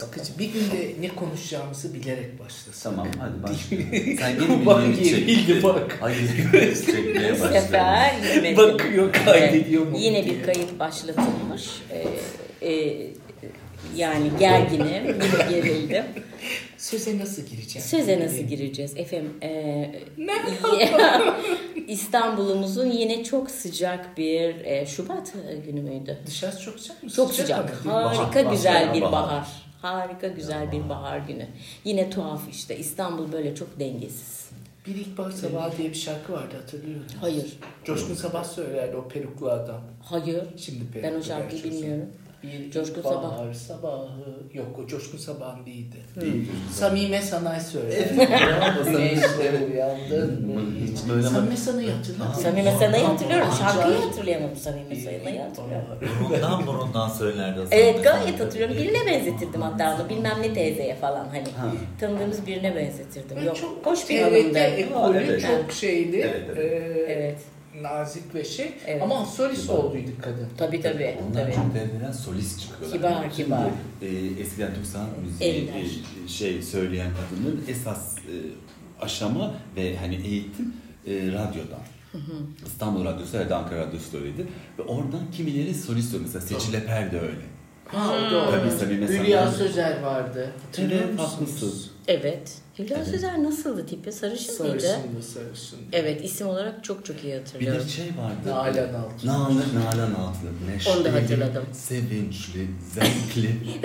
Akıcı. Bir günde ne konuşacağımızı bilerek başlasın. Tamam hadi başlayalım. Sen yeni bir çek. Bak. Hayır. Çekmeye başlayalım. Sefer yine Bakıyor, kaydediyor mu? Yine bir kayıt başlatılmış. Yani gerginim, yine gerildim. Söze nasıl gireceğim? Söze nasıl gireceğiz? Efendim, İstanbul'umuzun yine çok sıcak bir Şubat günü müydü? Dışarısı çok sıcak mı? Çok sıcak. Harika güzel bir bahar. Harika güzel bir bahar günü. Yine tuhaf işte. İstanbul böyle çok dengesiz. Bir İlkbahar Sabahı diye bir şarkı vardı, hatırlıyor musun? Hayır. Coşkun Sabah söylerdi, o peruklu adam. Hayır. Şimdi peruklu. Ben o şarkıyı bilmiyorum. Bir Coşkun İlkbahar Sabahı. Yok, o Coşkun Sabah'ın değildi. Samime Sanayi söylerdi. Güneşle uyandın mı? Hiç böyle Samime Sanay'ı hatırlar mısın? Samime Sanay'ı hatırlıyorum. Şarkıyı hatırlayamadım. Samime Sanay'ı hatırlıyorum. Burundan söylerdi o. Evet, gayet hatırlıyorum. Birine benzetirdim hatta onu. Bilmem ne teyzeye falan hani. Tanıdığımız birine benzetirdim. Yok, çok hoş bir hanımdı. ekolü Evet. çok şeydi. Evet. Nazik ve şey. Evet. Ama solist olduydu kadın. Tabii. Onlar Tabii. çok devrilen solist çıkıyorlar. Kibar. Eskiden Türk sanat müziği söyleyen kadının esas aşama ve hani eğitim radyodan. İstanbul Radyosu ya da Ankara Radyosu da öyleydi. Ve oradan kimileri solist oluyor. Mesela Seçil Eper de öyle. Tabii Samime Hülya Sanayi. Sözer vardı. Hatırlıyor Evet, musunuz? haklısın. Evet. Hülya Sözer nasıldı tipi? Sarışın mıydı? Sarışın. Evet, isim olarak çok iyi Bir hatırlıyorum. de şey vardı. Nalan Altın. Nalan Altın. Neşeli, Onu da hatırladım. Sevinçli, zevkli.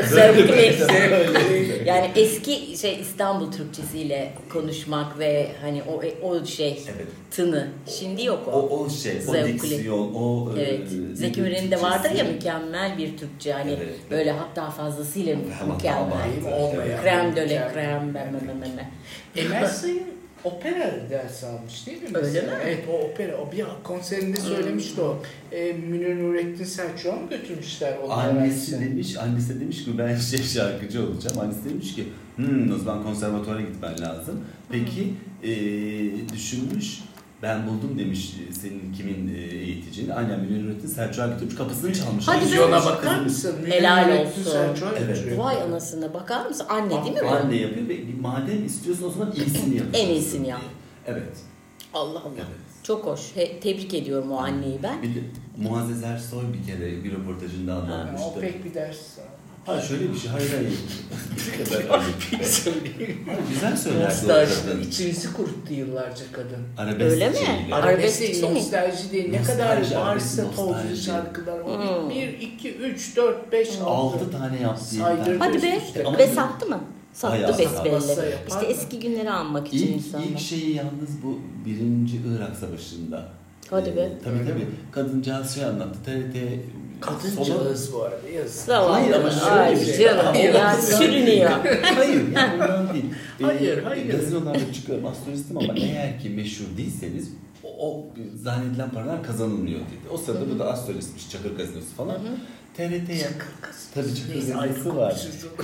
Zevkli. Yani eski İstanbul Türkçesiyle konuşmak ve hani o Evet. tını. Şimdi yok o. O Zevkli. diksiyon, o... Evet. Zeki Müren'in de vardır ya mükemmel bir Türkçe hani Evet. böyle hatta fazlasıyla Ama mükemmel. olmayan. Krem döle krem Emel Sayın opera dersi almış değil mi? Öyle mesela? mi? Evet, o opera. O bir konserinde söylemişti o. Münir Nurettin Selçuk'a mı götürmüşler onu? Annesi demiş ki ben şarkıcı olacağım. Annesi demiş ki o zaman konservatuvara gitmen lazım. Peki düşünmüş. Ben buldum demiş senin kimin eğiticini. Annem Münir Nurettin Selçuk'a götürmüş. Kapısını çalmış. Hadi Vizyona canım. bakar mısın? Helal Münir Nurettin olsun. Selçuk'a Evet. götürüyor. Vay anasına bakar mısın? Anne değil mi bu? Anne yapıyor ve madem istiyorsun o zaman iyisini yap. En iyisini yap. Evet. Allah Allah. Evet. Çok hoş. Tebrik ediyorum o anneyi ben. Bir de Muazzez Ersoy bir kere bir röportajında anlatmıştı. O pek bir ders. Ha şöyle bir şey, hayır. Ne kadar ayıp. Güzel söylerdi o Nostalji. kadın. İçinizi kuruttu yıllarca kadın. Arabesk Öyle mi? şeyle. Arabesk Arabesk değil mi? nostalji değil. Ne Nostalji, kadar arabesk varsa nostalji. tozlu şarkılar. O 1, 2, 3, 4, 5, 6. 6 tane yaptı. Saydırdı. Hadi be. üst üste. Ama- Ve sattı mı? Sattı Bayağı masa besbelli. yapar İşte mı? eski günleri anmak için İlk insanlar. şeyi yalnız bu 1. Irak Savaşı'nda. Hadi be. Tabii. Kadıncağız şey anlattı. TRT Kadıncağız bu arada yazık. Zavallı. Hayır ama şöyle bir şey. Canım ya sürünüyor. Hayır yani ondan değil. Hayır. Gazinolarda çıkıyorum astrolojistim ama eğer ki meşhur değilseniz o zannedilen paralar kazanılmıyor dedi. O sırada bu da astrolistmiş, Çakır Gazinosu falan. TRT'ye tabii Çakır Gazinosu var.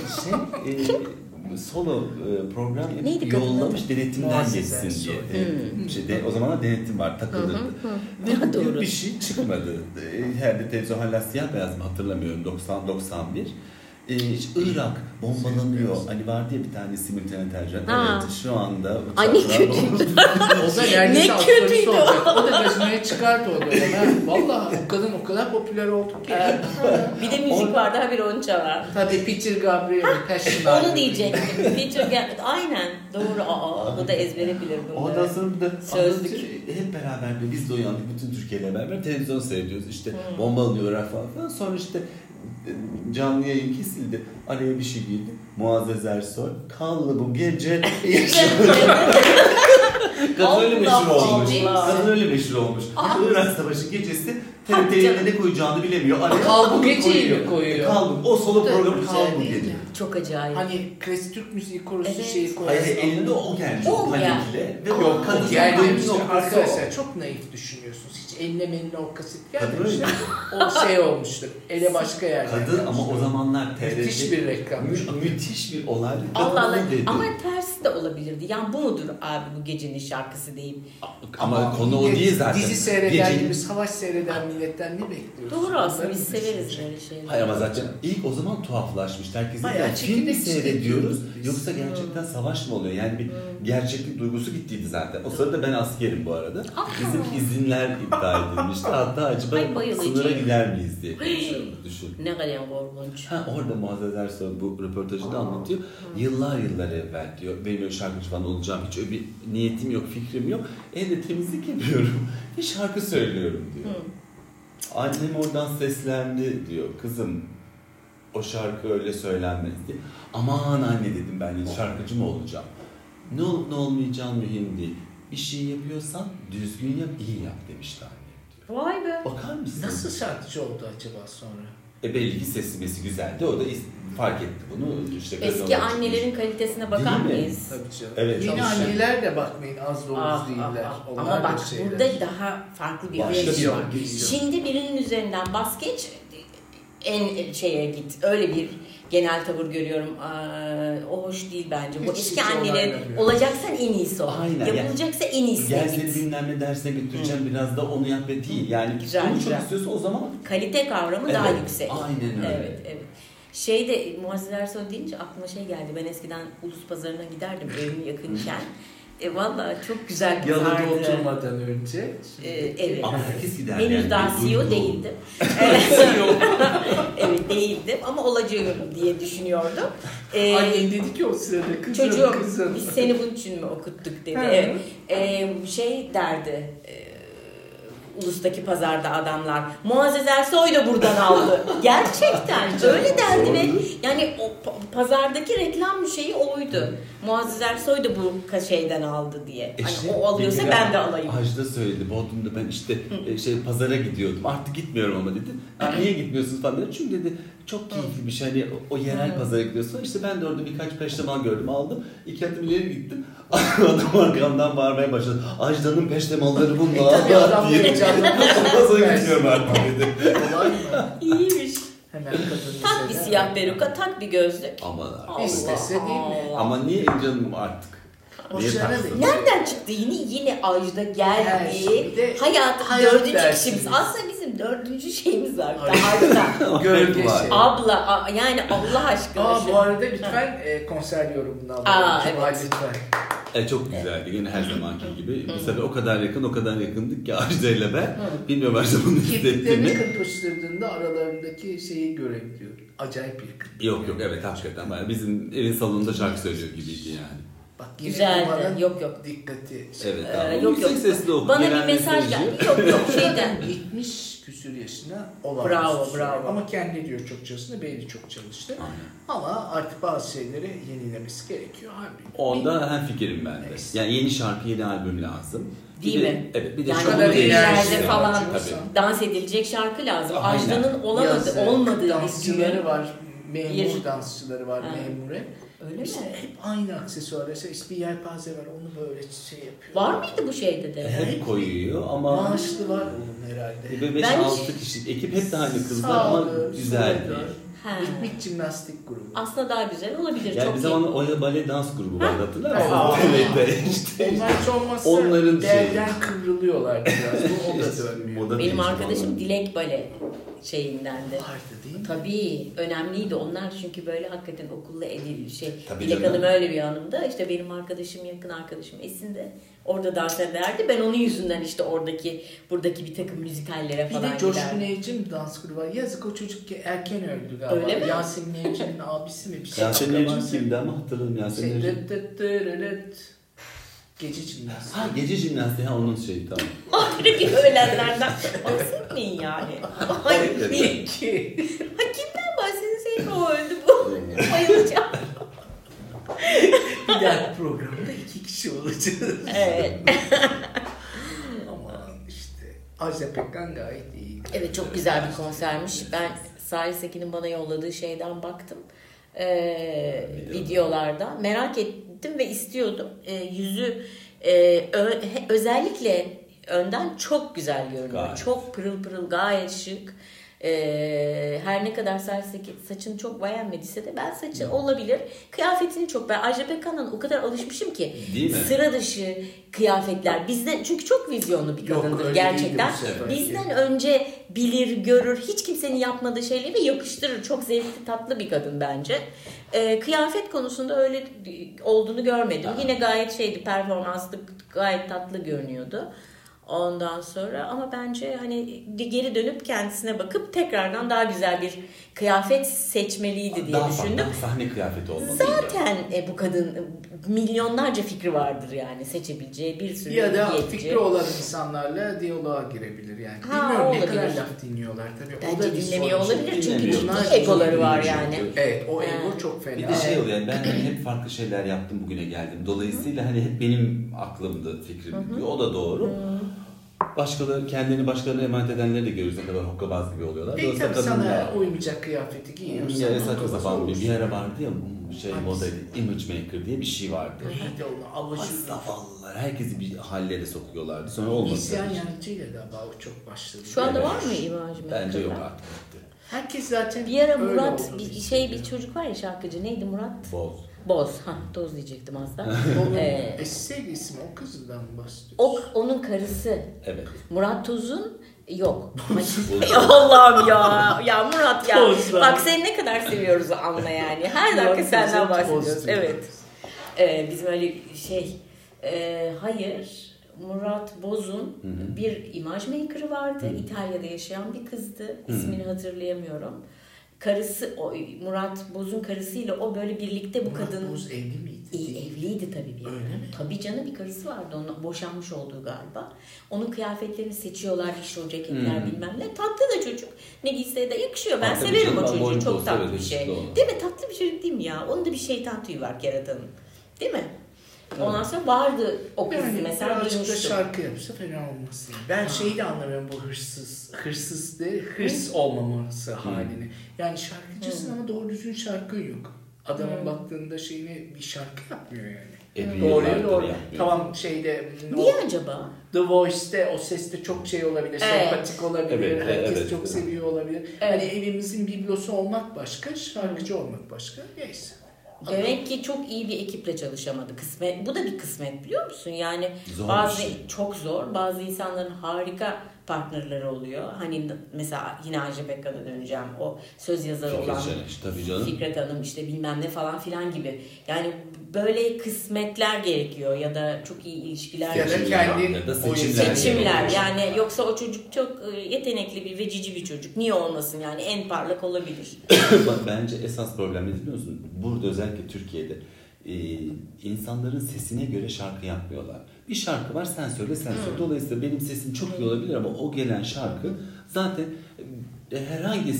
Solo program Neydi yapıp yollamış denetimden Muazzez geçsin Ersoy. diye. O zamanlar denetim var, takılırdı. Ve Doğru. bir şey çıkmadı. Herhalde televizyon hala siyah beyaz mı hatırlamıyorum, 90-91. Irak bombalanıyor. Hani vardı ya bir tane simultane tercih. Evet, şu anda Ay ne kötüydü. O da neredeyse Ne astrolojisi kötüydü olacak. O da gazinoya çıkardı o dönem. Vallahi o kadın o kadar popüler oldu ki. Bir de müzik vardı haberi onu çalar. Tabii Peter Gabriel'i Passion Onu diyecektim. Aynen. Doğru. Bu da ezbere bilir bunları. ondan sonra bir de Sözlük. hep beraber biz de uyandık bütün Türkiye'yle beraber televizyon seyrediyoruz. İşte bombalanıyor Irak falan. Sonra işte canlı yayın kesildi. Araya bir şey girdi. Muazzez Ersoy. Kanlı bu gece yaşıyor. Kadın öyle meşhur olmuş. Kadın öyle meşhur olmuş. Irak Savaşı gecesi TRT'ye ne koyacağını bilemiyor. Kal bu geceyi mi koyuyor? Kal bu. O solo programı Kal bu Güzel değil gece. mi? Çok acayip. Hani klasik Türk müziği korusu Evet. şeyi koyuyor. Hayır elinde o gelmiş. O O mu panikle. Ve Yok kadın gelmemiş. noktası Arkadaşlar o. çok naif düşünüyorsunuz. Hiç eline meline o kaset Kadın gelmemiştir. O şey olmuştur. Ele başka yerde. Kadın ama o zamanlar TRT Müthiş bir reklam. Müthiş bir olay. Allah Allah. Kadın dedi. Ama ters de olabilirdi. Yani bu mudur abi bu gecenin şarkısı deyip. Ama konu o değil zaten. Dizi seyreden gibi savaş seyreden milletten ne bekliyoruz? Doğru aslında biz severiz böyle şeyleri. Hayır ama zaten ilk o zaman tuhaflaşmış. Herkes Bayağı de film mi çekirdek seyrediyoruz biz. yoksa gerçekten savaş mı oluyor? Yani bir gerçeklik duygusu gittiydi zaten. O sırada ben askerim bu arada. Bizim izinler iptal edilmişti. Hatta acaba sınıra gider miyiz diye konuşuyoruz. Düşün. Ne kadar korkunç. Orada Muazzez Ersoy bu röportajında anlatıyor. Yıllar evvel diyor. Benim öyle şarkıcı falan olacağım. Hiç öyle bir niyetim yok, fikrim yok. Evde temizlik yapıyorum. Bir şarkı söylüyorum diyor. Annem oradan seslendi diyor. Kızım o şarkı öyle söylenmez diye. Aman anne dedim, ben şarkıcı mı olacağım? Ne olup ne olmayacağın mühim değil. Bir şey yapıyorsan düzgün yap, iyi yap demişti annem diyor. Vay be. Bakar mısın? Nasıl şarkıcı oldu acaba sonra? Belli ki sesi güzeldi. O da fark etti bunu. İşte Eski annelerin kalitesine bakar mıyız? Tabii canım. Evet, yeni anneler de bakmayın az da değiller. Ama bak burada daha farklı bir başka var. Şimdi birinin üzerinden bas geç, en şeye git. Öyle bir genel tavır görüyorum. O hoş değil bence. Bu eski annelerin olacaksan en iyisi ol. Aynen. Yapılacaksa en iyisine gel git. seni bilmem ne dersine götüreceğim, biraz da onu yap ve değil. Yani güzel, onu güzel. çok istiyorsa o zaman kalite kavramı daha yüksek. Aynen öyle. Evet. Şeyde Muazzez Ersoy deyince aklıma şey geldi. Ben eskiden Ulus Pazarı'na giderdim evim yakınken. Valla çok güzel Yalıda vardı. oturmadan önce. Evet. Ama herkes gider. Henüz yani. daha CEO değildim. Evet değildim ama olacağım diye düşünüyordum. Annen dedi ki o sırada kızım. Çocuğum biz seni bunun için mi okuttuk dedi. Evet. Şey derdi. Ulustaki pazarda adamlar Muazzez Ersoy da buradan aldı. Gerçekten öyle derdi ve yani o pazardaki reklam şeyi oydu. Muazzez Ersoy da bu şeyden aldı diye. Hani o alıyorsa ben de alayım. Ajda söyledi. Bodrum'da ben işte pazara gidiyordum. Artık gitmiyorum ama dedi. Niye gitmiyorsun falan dedi. Çünkü dedi çok keyifli bir şey. Hani o yerel pazara gidiyorsun. İşte ben de orada birkaç peştemal gördüm, aldım. 2 adım ileri gittim. Adam arkamdan bağırmaya başladı. Ajda'nın peştemalları bunlar. Tabii adam diye. Pazara gidiyorum artık dedi. Kolay mı? İyiymiş. Hemen kadın Tak bir siyah peruka, tak bir gözlük. Aman İstese değil mi? ama niye canım artık? Niye Hoşlara taksın? da- Nereden çıktı yine Ajda Her geldi. şeyde Hayat hayat dördüncü dersiniz. kişimiz. Aslında bizim dördüncü şeyimiz var. Hayır. Ajda. Gölge Var. şey. Abla yani Allah aşkına. Bu arada lütfen konser yorumunu alalım. Kemal, evet. lütfen. Çok güzeldi. Yine her zamanki gibi. Bu sefer o kadar yakındık ki Ajda ile ben. Bilmiyorum Ajda bunu hissetti Kirpiklerini mi? kırpıştırdığında aralarındaki şeyi görebiliyor. Acayip yakın. Yok evet hakikaten. Yani bizim evin salonunda şarkı söylüyor gibiydi yani. Bak yine Güzeldi. Kemal'in Yok. dikkati. Evet. Yok. Yüksek sesli oku. Bana Gelen bir mesaj geldi. Yok şeyden. 70 küsür yaşına olan. Bravo. Ama kendi diyor çok çalıştı, beyni çok çalıştı. Ama artık bazı şeyleri yenilemesi gerekiyor. Halbuki Onda hemfikirim ben de. Neyse. Yani yeni şarkı, yeni albüm lazım. Değil Bir de- mi? Evet. Bir de Yani şarkı kadar ünlülerde enerjisi falan var. Tabii. dans edilecek şarkı lazım. Aynen. Ajda'nın yazı, olmadığı dansçıları bir var. Memur Bir- dansçıları var, Ha. memure. Öyle mi? İşte hep aynı aksesuar. İşte bir yelpaze var, onu böyle şey yapıyor. Var mıydı bu şeyde de? Hep koyuyor ama Maaşlı var onun herhalde. 5-6 kişi. Ekip hep de aynı kızlar ama Sağlı, güzel solidar, değil. Ha. Ritmik jimnastik grubu. Aslında daha güzel olabilir. Yani çok bir iyi. zaman Oya Bale dans grubu vardı, hatırlar Aa. mısın? Evet işte. Onlar hiç olmazsa Onların derden kıvrılıyorlar biraz. O da dönmüyor. Moda Benim değişti arkadaşım vallahi. Dilek Bale şeyindendi. Vardı değil mi? Tabii önemliydi. Onlar çünkü böyle hakikaten okulla Tabii Dilek canım. Hanım öyle bir hanımda. İşte benim arkadaşım, yakın arkadaşım Esin de orada dans ederdi. Ben onun yüzünden işte buradaki bir takım müzikallere Bir falan de Coşkun giderdim. Evcim dans grubu var. Yazık o çocuk erken öldü galiba. Öyle mi? Yasemin Evcim'in abisi mi? Bir şey. Yasemin Evcim akrabası. kimdi ama hatırladım Yasemin Şey, Evcim. dıt dıt dırırıt. Gece jimnastiği. Ha gece jimnastiği, ha onun şeyi tamam. Ahireti ölenlerden bahsetmeyin yani. Ay, Peki. kimden bahsetseydim o öldü bu. Bayılacağım. Bir dahaki programda 2 kişi olacağız. Evet. Ama işte Ajda Pekkan gayet iyi. Evet çok güzel bir konsermiş. Ben Salih Sekin'in bana yolladığı şeyden baktım. Videolardan. Merak ettim ve istiyordum. Yüzü özellikle önden çok güzel görünüyor. Gayet. Çok pırıl pırıl, gayet şık. Her ne kadar saçını çok beğenmediyse de ben saçı olabilir. Kıyafetini çok ben. Ajda Pekkan'dan o kadar alışmışım ki. Sıra dışı kıyafetler. Bizden çünkü çok vizyonlu bir kadındır gerçekten. Bizden önce bilir, görür. Hiç kimsenin yapmadığı şeyleri yapıştırır. Çok zevkli, tatlı bir kadın bence. Kıyafet konusunda öyle olduğunu görmedim. Yine gayet performanslı, gayet tatlı görünüyordu. Ondan sonra ama bence hani geri dönüp kendisine bakıp tekrardan daha güzel bir kıyafet seçmeliydi diye düşündüm. Daha sahne kıyafeti olmalıydı. Zaten bu kadın milyonlarca fikri vardır yani seçebileceği bir sürü ya da fikri olan insanlarla diyaloğa girebilir yani. Bilmiyorum ne kadar laf dinliyorlar tabii. Bence o da dinlemiyor olabilir çünkü Bunlar ciddi egoları var yani. Evet o ego çok fena. Bir de şey oluyor yani ben hep farklı şeyler yaptım bugüne geldim. Dolayısıyla hani hep benim aklımda fikrim. O da doğru. Başkaları kendini başkalarına emanet edenleri de görüyoruz ne kadar hokkabaz gibi oluyorlar. Tabii sana uymayacak kıyafeti giyiyorsun. Ya saçma sapan bir ara vardı ya modaydı, image maker diye bir şey vardı. Neydi onu? Astavallar. Herkesi bir hallere sokuyorlardı. Sonra olmadı. İsyan yanıcıyla galiba o çok başladı. Şu anda var mı image maker? Bence yok artık. Herkes zaten bir ara Murat bir çocuk var ya şarkıcı neydi Murat? Boz. Doz diyecektim aslında. Onun sevgilisi mi? O kızından mı bahsediyorsun? Onun karısı. Evet. Murat Toz'un yok. Allah'ım ya. Ya Murat ya. Bak seni ne kadar seviyoruz anla yani. Her dakika senden bahsediyoruz. Evet. Bizim öyle hayır. Murat Boz'un bir imaj maker'ı vardı. İtalya'da yaşayan bir kızdı. İsmini hatırlayamıyorum. Karısı Murat Boz'un karısıyla o böyle birlikte bu Murat kadın. Boz evli miydi? Evliydi tabii bir. Öyle mi? Tabii canım bir karısı vardı. Onun boşanmış olduğu galiba. Onun kıyafetlerini seçiyorlar. İşte o ceketler bilmem ne. Tatlı da çocuk. Ne giyse de yakışıyor. Ben severim o çocuğu. Çok tatlı bir şey. Değil mi? Tatlı bir çocuk değil mi ya? Onun da bir şeytan tüyü var keratanın. Değil mi? Ondan sonra vardı o kız yani mesela. Birazcık da şarkı yapsa fena olmaz. Yani. Ben şeyi de anlamıyorum bu hırs olmaması halini. Yani şarkıcısın ama doğru düzgün şarkın yok. Adamın baktığında bir şarkı yapmıyor yani. Doğru. Tamam niye acaba? The Voice'te o seste çok olabilir, sempatik olabilir, herkes çok seviyor olabilir. Hani evimizin biblosu olmak başka, şarkıcı olmak başka. Neyse. Demek ki çok iyi bir ekiple çalışamadı. Kısmet. Bu da bir kısmet biliyor musun? Yani çok zor. Bazı insanların harika partnerleri oluyor. Hani mesela yine Ajda Pekkan'a döneceğim. O söz yazarı olan Fikret Hanım işte bilmem ne falan filan gibi. Yani böyle kısmetler gerekiyor ya da çok iyi ilişkiler ya da seçimler. Yani yoksa o çocuk çok yetenekli ve cici bir çocuk. Niye olmasın yani en parlak olabilir. Bence esas problem ne biliyor musun? Burada özellikle Türkiye'de insanların sesine göre şarkı yapmıyorlar. Bir şarkı var sen söyle. Dolayısıyla benim sesim çok iyi olabilir ama o gelen şarkı zaten herhangi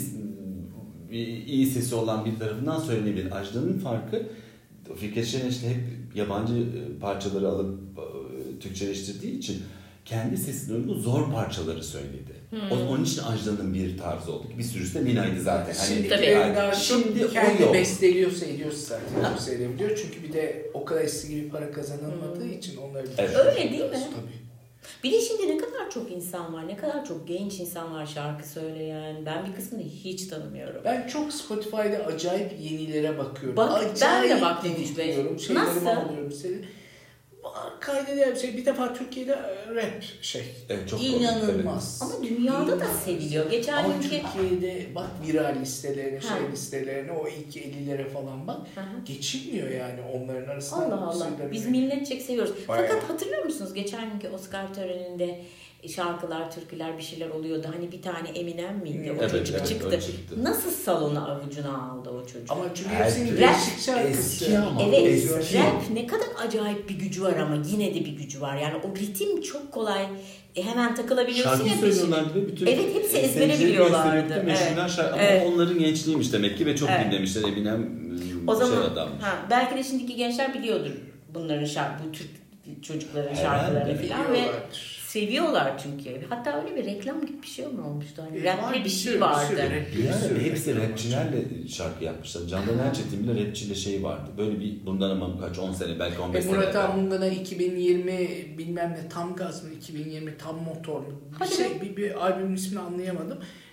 iyi sesi olan bir tarafından söylenebilir. Ajda'nın farkı Fikret Şener hep yabancı parçaları alıp Türkçeleştirdiği için kendi sesine uygun zor parçaları söyledi. Onun için Ajda'nın bir tarzı oldu. Bir sürüsü de Mina'ydı zaten. Şimdi kendi besteliyorsa ediyorsa zaten çok sevebiliyor. Çünkü bir de o kadar eski gibi para kazanılmadığı için onları öyle değil mi? Tabii. Bir de şimdi ne kadar çok insan var, ne kadar çok genç insan var şarkı söyleyen. Ben bir kısmını hiç tanımıyorum. Ben çok Spotify'da acayip yenilere bakıyorum. Ben de baktım diyorum. Nasıl? Alıyorum seni. Kaydediyorum bir defa Türkiye'de rap çok inanılmaz. Ama dünyada da seviliyor. Geçen ama Türkiye'de bak viral listelerine, listelerine o ilk 50'lere falan bak. Geçilmiyor yani onların arasında. Allah. Biz milletçek seviyoruz. Fakat hatırlıyor musunuz geçen günkü Oscar töreninde şarkılar, türküler bir şeyler oluyordu. Hani bir tane Eminem miydi? O çocuk çıktı. Nasıl salonu avucuna aldı o çocuk? Ama çünkü hepsinin değişik şarkısı. Rap ne kadar acayip bir gücü var ama yine de bir gücü var. Yani o ritim çok kolay. Hemen takılabiliyorsun. Şarkı söylüyorlardı ve bütün hepsi ezbere biliyorlardı. Ama onların gençliğiymiş demek ki ve çok dinlemişler. Eminem o zaman, adammış. Belki de şimdiki gençler biliyordur bunların bu Türk çocukların şarkılarını falan ve seviyorlar çünkü. Hatta öyle bir reklam gibi bir şey mi olmuştu? Hani rapli bir şey vardı. Hepsi rapçilerle şarkı yapmışlar. Candan Erçetin bile rapçiyle vardı. Böyle bir bundan ama kaç 10 sene belki 15 sene. Murat Anmungan'a 2020 bilmem ne tam gaz mı 2020 tam motor mu bir albümün ismini anlayamadım.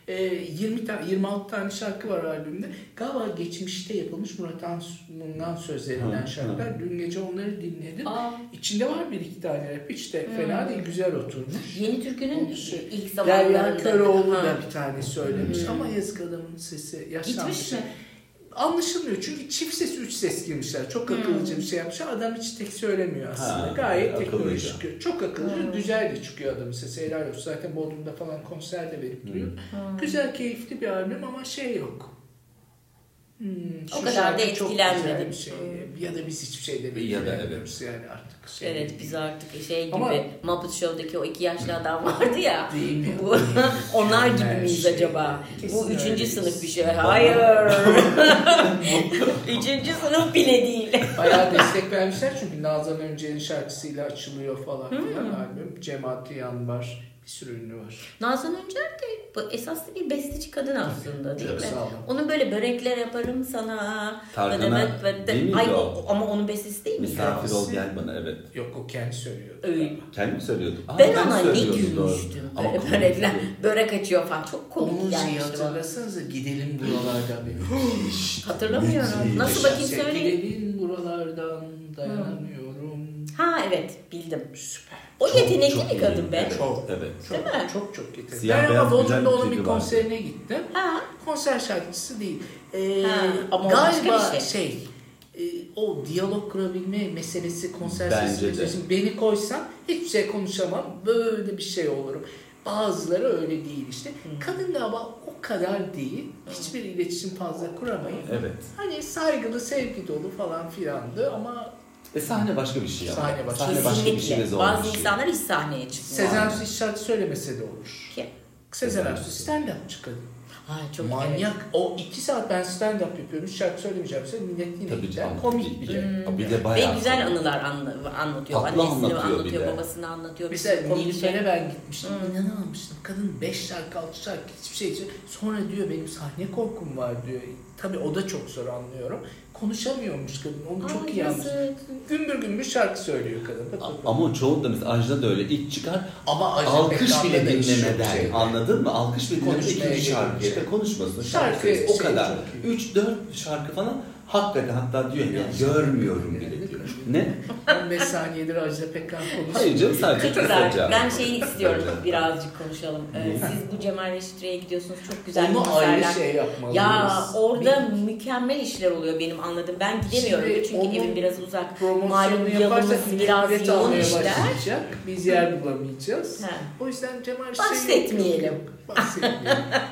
26 tane şarkı var albümde. Galiba geçmişte yapılmış Murat Ansun'dan sözlerinden şarkılar. Dün gece onları dinledim. İçinde var bir iki tane rap. Hiç de fena değil. Güzel oturmuş. Yeni Türkü'nün ilk Derya zamanlarında. Köroğlu da bir tane söylemiş ama yazık adamın sesi yaşlanmış. Gitmiş mi? Anlaşılmıyor çünkü çift ses 3 ses girmişler. Çok akıllıca bir şey yapmışlar. Adam hiç tek söylemiyor aslında. Gayet teknoloji çıkıyor. Çok akıllıca. Güzel de çıkıyor adamın sesi. Helal olsun. Zaten Bodrum'da falan konser de verip duruyor. Güzel, keyifli bir albüm ama şey yok. O kadar da etkilenmedim. Şey. Ya da biz hiçbir şey de Ya da bilmiyoruz yani artık. Şey Evet değil. biz artık şey gibi Ama- Muppet Show'daki o 2 yaşlı adam vardı ya. Değil mi? Bu, onlar gibi Her miyiz şey. acaba? Kesin Bu 3. öyleyiz. sınıf bir şey. Hayır. 3. sınıf bile değil. Bayağı destek vermişler çünkü Nazan Öncel'in şarkısıyla açılıyor falan filan albüm. Cem Adrian var. Bir sürü ünlü var. Nazan Öncel de bu esaslı bir besteci kadın aslında değil mi? Sağ olun. Onun böyle börekler yaparım sana. Tarkan'a değil miydi Ay, o? ama onun bestesi değil mi? Misafir ol gel bana, evet. Yok o kendi söylüyor. Kendi mi söylüyordun? Ben kendi ona ne söylüyorsun, doğru. gülmüştüm. Ama Böyle börekler, börek açıyor falan. Çok Onu komik şeyi gelmişti bana. hatırlasanıza gidelim buralardan benim. Hatırlamıyorum. Müthiş. Nasıl bakayım söyleyin. Gidelim buralardan dayanamıyorum. Ha evet bildim. Süper. O Çok, yetenekli çok bir iyi. kadın be. Evet, Çok. evet. Çok, Değil mi? çok yetenekli. Siyah Ben beyaz ama güzel Bodrum'da bir onun bir klibi vardı. konserine gittim. Ha. Konser şarkıcısı değil. Ama o başka Galiba bir şey. o diyalog kurabilme meselesi konser Bence sesi de. meselesi. Beni koysan hiçbir şey konuşamam. Böyle bir şey olurum. Bazıları öyle değil işte. Kadın da ama o kadar değil. Hiçbir iletişim fazla kuramayıp. Evet. Hani saygılı, sevgi dolu falan filandı ama Sahne başka bir şey ama. Sahne başka. Sahne başka bir şey ve Kesinlikle. zor Bazı bir şey. insanlar hiç sahneye çıkmıyor. Sezen Aksu hiç şarkı söylemese de olur. Kim? Sezen Aksu stand-up kadın. Ay çok Manyak. O 2 saat ben stand-up yapıyorum. Hiç şarkı söylemeyeceğim. Millet yine Tabii gider. canım. Komik bile. Bir de Ve bayağı. güzel anılar anlatıyor. Tatlı Annesini anlatıyor bir de. babasını anlatıyor. Mesela Komik Nilüfer'e ben gitmiştim. İnanamamıştım. Kadın 5 şarkı, 6 şarkı hiçbir şey için. Sonra diyor benim sahne korkum var diyor. Tabii o da çok zor anlıyorum. Konuşamıyormuş kadın. Onu çok iyi anlıyor. Gümbür gümbür şarkı söylüyor kadın. Ama çoğu da mesela Ajda da öyle ilk çıkar Ama Ajda alkış Pekkan'da bile da hiç yok dinlemeden şey. anladın mı? Alkış bile dinlemeden Konuşmaya ikinci şarkıya girmiş. da konuşmasın. Şarkı O şey kadar. çok iyi. 3-4 şarkı falan hakikaten hatta diyor ya görmüyorum bile diyor. Ne? 15 saniyedir Ajda Pekkan konuşuyor. Hayır canım sadece Çok güzel. kısaca. Ben şeyi istiyorum birazcık konuşalım. Siz bu Cemal Reşitre'ye gidiyorsunuz. Çok güzel Onu konserler. ayrı şey yapmalıyız. Ya orada mükemmel işler oluyor benim anladığım. Ben gidemiyorum Şimdi çünkü onun evim biraz uzak. promosyonu Malum yaparsak yolumuz biraz bilet yoğun almaya işler. başlayacak. Biz yer bulamayacağız. Ha. O yüzden Cemal Bahsetmeyelim. Bahsetmeyelim.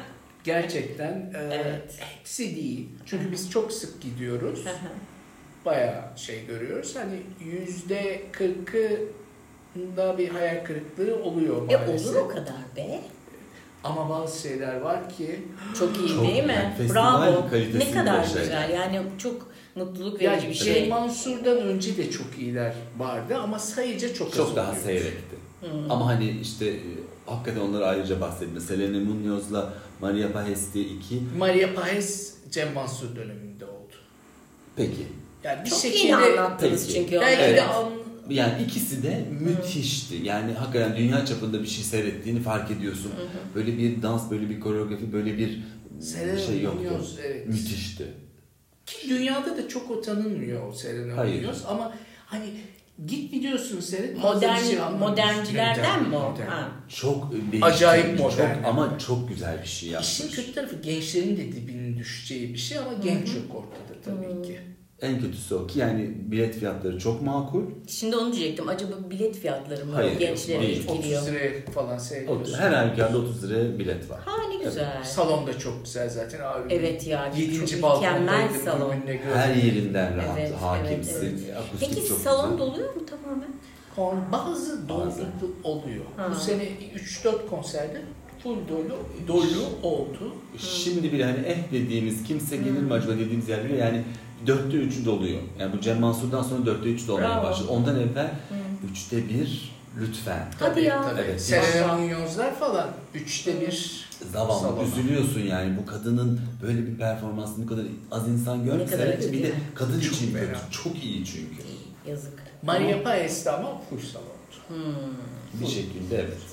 Gerçekten Evet. hepsi değil. Çünkü biz çok sık gidiyoruz. Bayağı şey görüyoruz. Hani %40'ında bir hayal kırıklığı oluyor maalesef. Olur o kadar be. Ama bazı şeyler var ki Çok iyi Çok değil mi? yani festival Bravo. Ne kalitesinde kadar şey. güzel. Yani çok mutluluk verici yani bir şey. Mansur'dan önce de çok iyiler vardı ama sayıca çok az Çok daha oluyor. seyrekti. Ama hani işte hakikaten onları ayrıca bahsetme. Selena Muñoz'la Maria Paes'te 2. Maria Paes Cem Mansur döneminde oldu. Peki. Yani bir Çok şekilde iyi anlattınız Peki. çünkü. belki Evet. de Yani ikisi de müthişti. Yani hakikaten dünya çapında bir şey seyrettiğini fark ediyorsun. Böyle bir dans, böyle bir koreografi, böyle bir Selena şey yoktu. Muñoz, evet. Müthişti. Ki dünyada da çok o tanınmıyor o Selena Hayır. Muñoz ama hani git biliyorsun seyret. Moderncilerden mi o? Ha. Çok değişik. Acayip çok, modern. ama çok güzel bir şey yapmış. İşin kötü tarafı gençlerin de dibinin düşeceği bir şey ama genç yok ortada tabii ki. En kötüsü o ki yani bilet fiyatları çok makul. Şimdi onu diyecektim. Acaba bilet fiyatları mı Hayır, gençleri değil. etkiliyor? 30 liraya falan seyrediyorsun. Her halükarda 30 liraya bilet var. Ha ne güzel. Salon da çok güzel zaten. Abi, Evet ya. 7. çok balkondaydım. mükemmel salon. önüne gördüm. Her yerinden rahat, Evet, hakimsin. evet, Akustik Peki çok salon güzel. doluyor mu tamamen? Bazı doluluklu oluyor. Ha. Bu sene 3-4 konserde full dolu oldu. Şimdi bile hani dediğimiz kimse gelir mi acaba dediğimiz yer bile yani 4'te 3'ü doluyor. Yani bu Cem Mansur'dan sonra 4'te 3 dolmaya Bravo. başladı. Ondan evvel 3'te 1 lütfen. Hadi ya. Tabii. Evet. Selena Muñoz'lar falan 3'te 1 Zavallı salona. üzülüyorsun yani bu kadının böyle bir performansını bu kadar az insan Ne görmüş. kadar acı Bir değil de mi? kadın Çok için fena. kötü. Çok iyi çünkü. Yazık. Maria Paes'te ama full salondu. Bir şekilde evet.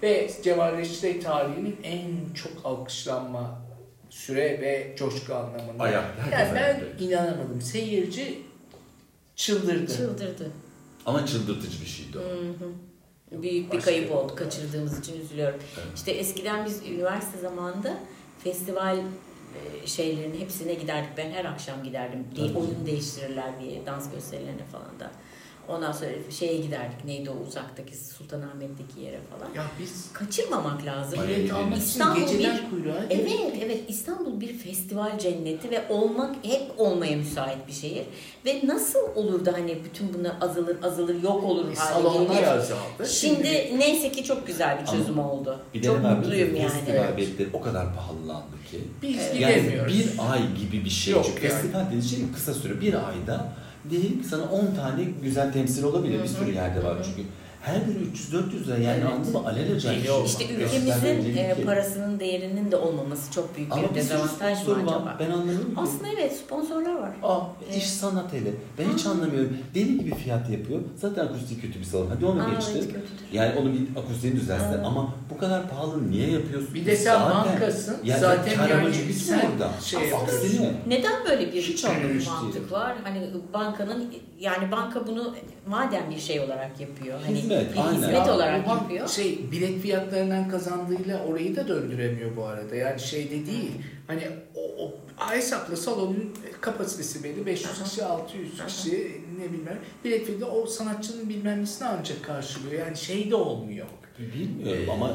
Ve Cemal Reşit tarihinin en çok alkışlanma süre ve coşku anlamında. Yani ben inanamadım. Seyirci çıldırdı. Ama çıldırtıcı bir şeydi o. Büyük bir kayıp oldu. Kaçırdığımız için üzülüyorum. Evet. İşte eskiden biz üniversite zamanında festival şeylerin hepsine giderdik. Ben her akşam giderdim. Oyun değiştirirler diye, dans gösterilerine falan da. Ondan sonra şeye giderdik. Neydi o uzaktaki Sultanahmet'teki yere falan. Ya biz kaçırmamak lazım. İstanbul geceden kuyruğa. Evet. İstanbul bir festival cenneti ve hep olmaya müsait bir şehir. Ve nasıl olur da hani bütün bunlar azalır yok olur salonlar azaldı. Şimdi neyse ki çok güzel bir çözüm oldu. Bir çok mutluyum yani. Festival biletleri o kadar pahalandı ki. Biz gidemiyoruz. Bir ay gibi bir şey. Yok, çünkü festival dediği şey kısa süre. Bir ayda değil sana 10 tane güzel temsil olabilir. Bir sürü yerde var çünkü. Her biri 300-400 lira yani anladın mı? Alelacele bir şey. İşte ülkemizin parasının değerinin de olmaması çok büyük bir dezavantaj mı acaba? Ben anlamıyorum. Aslında evet sponsorlar var. İş sanat hele. Ben hiç anlamıyorum. Deli gibi fiyat yapıyor. Zaten akustiği kötü bir salon. Hadi onu geçti. Yani onu bir akustiğini düzelsin. Ama bu kadar pahalı niye yapıyorsun? Bir de sen bankasın. Zaten yani sen orada. Neden böyle bir mantık var? Hani bankanın yani banka bunu madem bir şey olarak yapıyor. Hani hizmet olarak yapıyor. Bilet fiyatlarından kazandığıyla orayı da döndüremiyor bu arada. Yani de değil. Hani o hesapla salonun kapasitesi belli. 500 kişi, 600 kişi ne bilmem. Bilet fiyatı o sanatçının bilmem nesini ancak karşılıyor. Yani de olmuyor. Bilmiyorum ama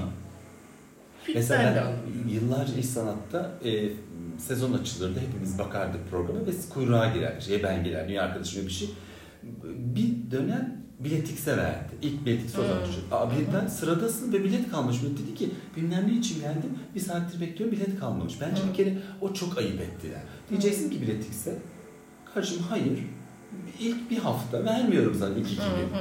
mesela yıllarca iş sanatta sezon açılırdı. Hepimiz bakardık programa ve kuyruğa girer. Ben girer. Niye arkadaşım bir şey. Bir dönem biletix'e verdi. İlk biletix o zaman. Birden sıradasın ve bilet kalmış. Dedi ki bilmem ne için geldim. Bir saattir bekliyorum bilet kalmamış. Bence bir kere o çok ayıp ettiler. Diyeceksin ki biletix'e kardeşim hayır. İlk bir hafta vermiyorum sana 2 gün.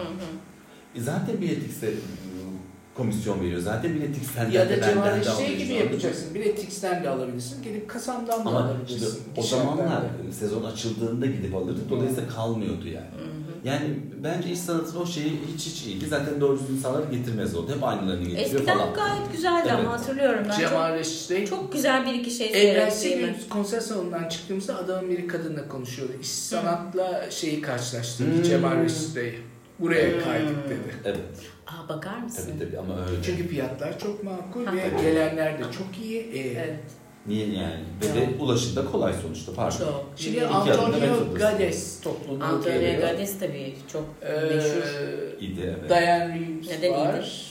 Zaten biletix'e komisyon veriyor. Zaten biletix'ten de ya da Cemal gibi yapacaksın. Biletix'ten de alabilirsin. Gelip kasamdan da alabilirsin. Işte o zamanlar sezon açıldığında gidip alırdık. Dolayısıyla kalmıyordu yani. Yani bence iş sanatının o şeyi hiç iyiydi. Zaten doğru düzgün insanları getirmez oldu. Hep aynılarını getiriyor eskiden falan. Eskiden gayet güzeldi ama hatırlıyorum ben. Cemal Reşit çok güzel bir iki şey seyrettiğimi. Konser salonundan çıktığımızda adamın biri kadınla konuşuyordu. İş sanatla karşılaştırdı. Cemal Reşit Bey. Buraya kaydık dedi. Evet. Bakar mısın? Tabii ama öyle. Çünkü fiyatlar çok makul ve gelenler de çok iyi. Evet. Niye yani? Ve de ulaşım da kolay sonuçta. Pardon. Çok. Şimdi Antonio Gades topluluğu Antonio Gades tabii çok meşhur. İdi evet. Diane Reeves var.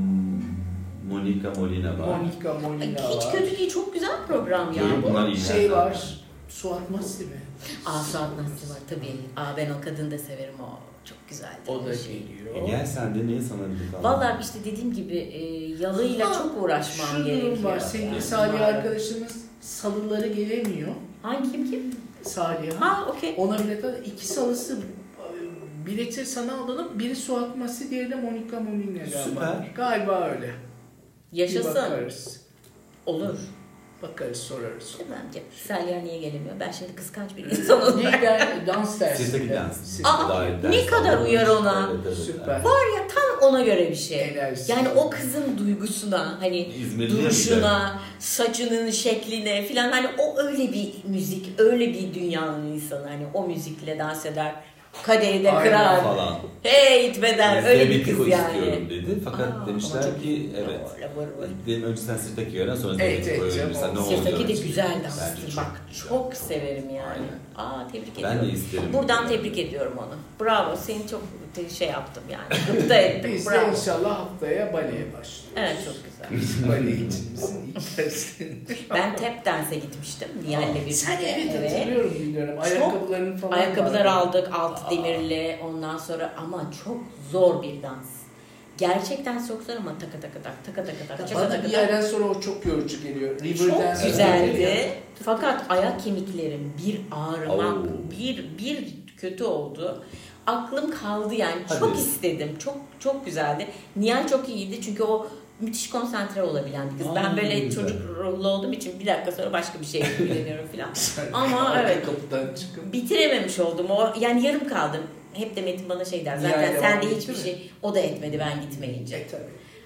Monica Molina var. Hiç kötü değil. Çok güzel program ya. Bu var. Suat Masli mi? Suat Masli var tabii. Ben o kadını da severim o. Çok güzeldi. O da geliyor. Gel sen de niye sana bir kaldı? Valla işte dediğim gibi yalıyla çok uğraşmam gerekiyor. Var. Sevgili Salih arkadaşımız salıları gelemiyor. Hangi kim? Salih. Okey. Ona bilet al. 2 salısı bileti sana alalım. Biri Suat Masli, diğeri de Monica Molina. Süper. Galiba öyle. Yaşasın. Bir bakarız. Olur. Bakarız, sorarız. Bence Salih niye gelemiyor? Ben şimdi kıskanç bir insan olarak. Dans dersi. Sirteki dans. Ne kadar uyar ona. Evet. Süper. Var ya tam ona göre bir şey. Enerjisi. Yani o kızın duygusuna, hani duruşuna, saçının şekline filan, hani o öyle bir müzik, öyle bir dünyanın insanı. Hani o müzikle dans eder. Kadehi de kırar. Falan. Hey itmeden öyle bir kız yani. Dedi. Fakat demişler ki evet. Benim önce sen Sirtaki öğren sonra Sirtaki öğrenirsen ne oluyor? Sirtaki de güzel danstır. Bak çok severim yani. Tebrik ediyorum. Ben de isterim. Buradan tebrik ediyorum onu. Bravo. Seni çok yaptım yani. Gıpta ettim. Biz de inşallah haftaya baleye başlıyoruz. Evet çok güzel. Bale içimizin ilk dersinde. Ben tap dance'e gitmiştim. Nihal'le birlikte. Sen hatırlıyorum biliyorum. Ayakkabılarını falan. Ayakkabılar aldık. Alt demirli. Ondan sonra ama çok zor bir dans. Gerçekten çok zor ama taka. Bana bir yerden sonra o çok yorucu geliyor. Çok güzeldi. Fakat ayak kemiklerim bir ağrımak, bir kötü oldu. Aklım kaldı yani. Çok istedim. Çok güzeldi. Nihal çok iyiydi çünkü o müthiş konsantre olabilen bir kız. Ben böyle çocuk ruhlu olduğum için bir dakika sonra başka bir şey ilgileniyorum falan. Ama evet. Bitirememiş oldum. Yani yarım kaldım. Hep de Metin bana der. Zaten sende hiçbir şey. O da etmedi ben gitmeyince. Tabii.